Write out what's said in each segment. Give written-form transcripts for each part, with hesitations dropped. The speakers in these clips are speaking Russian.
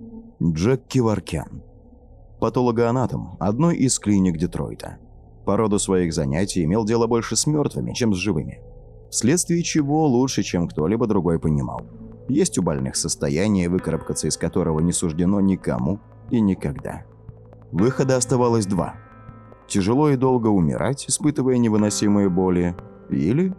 Джек Кеваркян. Патологоанатом одной из клиник Детройта. По роду своих занятий имел дело больше с мертвыми, чем с живыми. Вследствие чего лучше, чем кто-либо другой понимал. Есть у больных состояние, выкарабкаться из которого не суждено никому и никогда. Выхода оставалось два. Тяжело и долго умирать, испытывая невыносимые боли, или...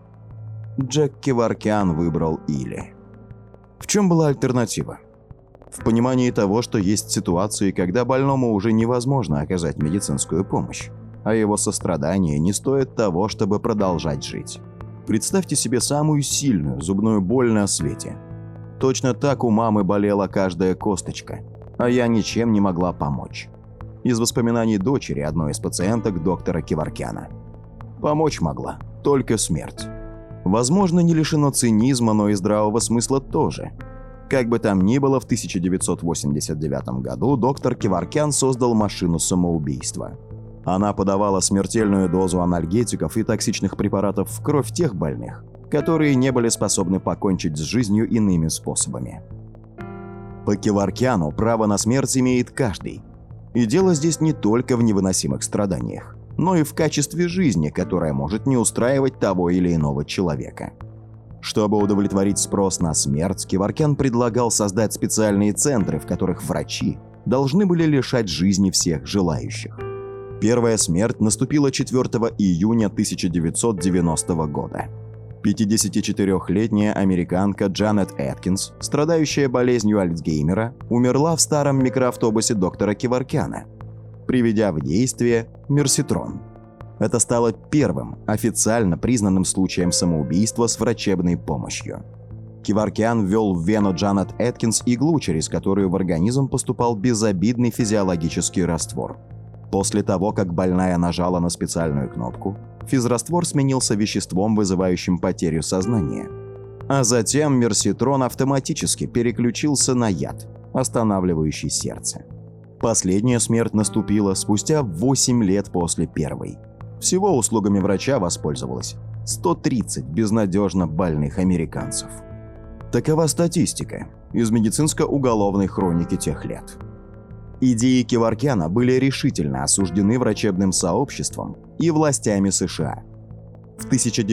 Джек Кеваркян выбрал или. В чем была альтернатива? В понимании того, что есть ситуации, когда больному уже невозможно оказать медицинскую помощь, а его сострадание не стоит того, чтобы продолжать жить. Представьте себе самую сильную зубную боль на свете. Точно так у мамы болела каждая косточка, а я ничем не могла помочь. Из воспоминаний дочери одной из пациенток доктора Кеваркяна. Помочь могла только смерть. Возможно, не лишено цинизма, но и здравого смысла тоже. Как бы там ни было, в 1989 году доктор Кеваркян создал машину самоубийства. Она подавала смертельную дозу анальгетиков и токсичных препаратов в кровь тех больных, которые не были способны покончить с жизнью иными способами. По Кеваркяну право на смерть имеет каждый. И дело здесь не только в невыносимых страданиях, но и в качестве жизни, которая может не устраивать того или иного человека. Чтобы удовлетворить спрос на смерть, Кеваркян предлагал создать специальные центры, в которых врачи должны были лишать жизни всех желающих. Первая смерть наступила 4 июня 1990 года. 54-летняя американка Джанет Эткинс, страдающая болезнью Альцгеймера, умерла в старом микроавтобусе доктора Кеваркяна, приведя в действие мерситрон. Это стало первым официально признанным случаем самоубийства с врачебной помощью. Кеваркян ввел в вену Джанет Эткинс иглу, через которую в организм поступал безобидный физиологический раствор. После того, как больная нажала на специальную кнопку, физраствор сменился веществом, вызывающим потерю сознания. А затем мерситрон автоматически переключился на яд, останавливающий сердце. Последняя смерть наступила спустя 8 лет после первой. Всего услугами врача воспользовалось 130 безнадежно больных американцев. Такова статистика из медицинско-уголовной хроники тех лет. Идеи Кеваркяна были решительно осуждены врачебным сообществом и властями США. В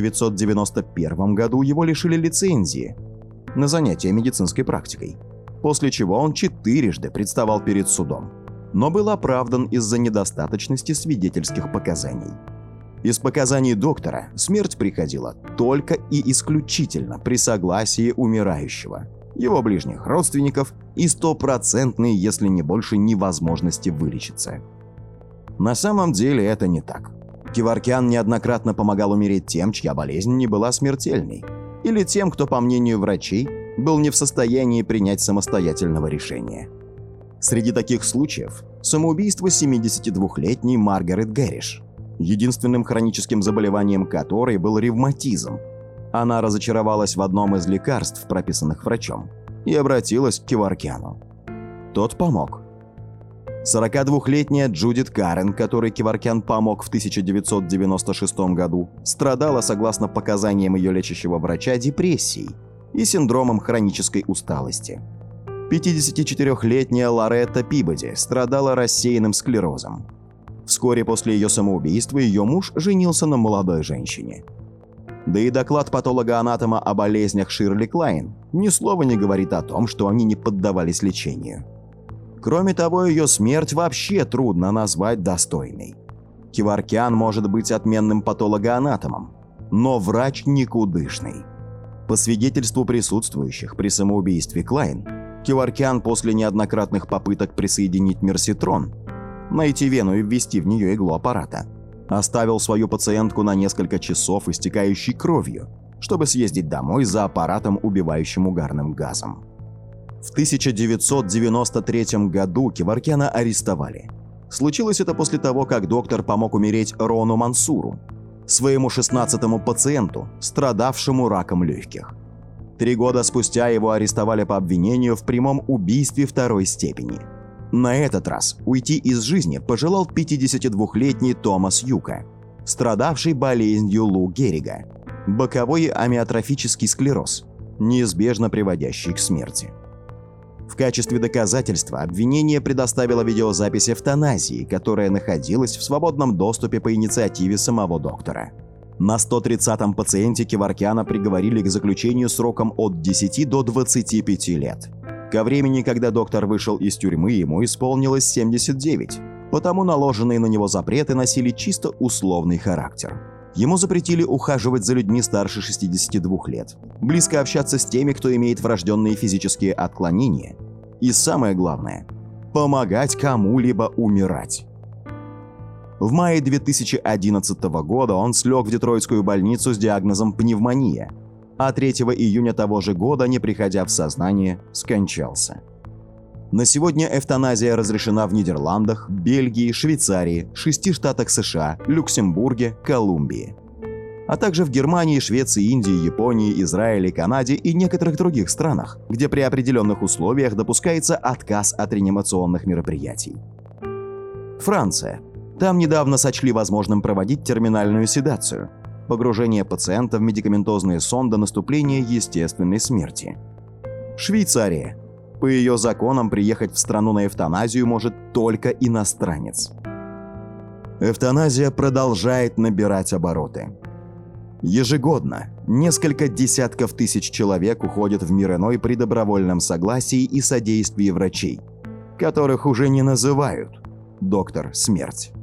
1991 году его лишили лицензии на занятия медицинской практикой, после чего он 4 представал перед судом, но был оправдан из-за недостаточности свидетельских показаний. Из показаний доктора смерть приходила только и исключительно при согласии умирающего, его ближних родственников и стопроцентной, если не больше, невозможности вылечиться. На самом деле это не так. Кеваркян неоднократно помогал умереть тем, чья болезнь не была смертельной, или тем, кто, по мнению врачей, был не в состоянии принять самостоятельного решения. Среди таких случаев самоубийство 72-летней Маргарет Гэриш, единственным хроническим заболеванием которой был ревматизм. Она разочаровалась в одном из лекарств, прописанных врачом, и обратилась к Кеваркяну. Тот помог. 42-летняя Джудит Карен, которой Кеваркян помог в 1996 году, страдала, согласно показаниям ее лечащего врача, депрессией и синдромом хронической усталости. 54-летняя Лоретта Пибоди страдала рассеянным склерозом. Вскоре после ее самоубийства ее муж женился на молодой женщине. Да и доклад патологоанатома о болезнях Ширли Клайн ни слова не говорит о том, что они не поддавались лечению. Кроме того, ее смерть вообще трудно назвать достойной. Кеваркян может быть отменным патологоанатомом, но врач никудышный. По свидетельству присутствующих при самоубийстве Клайн, Кеваркян после неоднократных попыток присоединить мерситрон, найти вену и ввести в нее иглу аппарата, оставил свою пациентку на несколько часов истекающей кровью, чтобы съездить домой за аппаратом, убивающим угарным газом. В 1993 году Кеваркяна арестовали. Случилось это после того, как доктор помог умереть Рону Мансуру, своему 16-му пациенту, страдавшему раком легких. 3 года спустя его арестовали по обвинению в прямом убийстве 2-й степени. На этот раз уйти из жизни пожелал 52-летний Томас Юка, страдавший болезнью Лу Геррига, боковой амиотрофический склероз, неизбежно приводящий к смерти. В качестве доказательства обвинение предоставило видеозапись эвтаназии, которая находилась в свободном доступе по инициативе самого доктора. На 130-м пациенте Кеворкяна приговорили к заключению сроком от 10 до 25 лет. Ко времени, когда доктор вышел из тюрьмы, ему исполнилось 79, потому наложенные на него запреты носили чисто условный характер. Ему запретили ухаживать за людьми старше 62 лет, близко общаться с теми, кто имеет врожденные физические отклонения, и самое главное – помогать кому-либо умирать. В мае 2011 года он слег в детройтскую больницу с диагнозом пневмония, а 3 июня того же года, не приходя в сознание, скончался. На сегодня эвтаназия разрешена в Нидерландах, Бельгии, Швейцарии, 6 штатах США, Люксембурге, Колумбии, а также в Германии, Швеции, Индии, Японии, Израиле, Канаде и некоторых других странах, где при определенных условиях допускается отказ от реанимационных мероприятий. Франция. Там недавно сочли возможным проводить терминальную седацию, погружение пациента в медикаментозные сон до наступления естественной смерти. Швейцария. По ее законам приехать в страну на эвтаназию может только иностранец. Эвтаназия продолжает набирать обороты. Ежегодно несколько десятков тысяч человек уходят в мир иной при добровольном согласии и содействии врачей, которых уже не называют «доктор Смерть».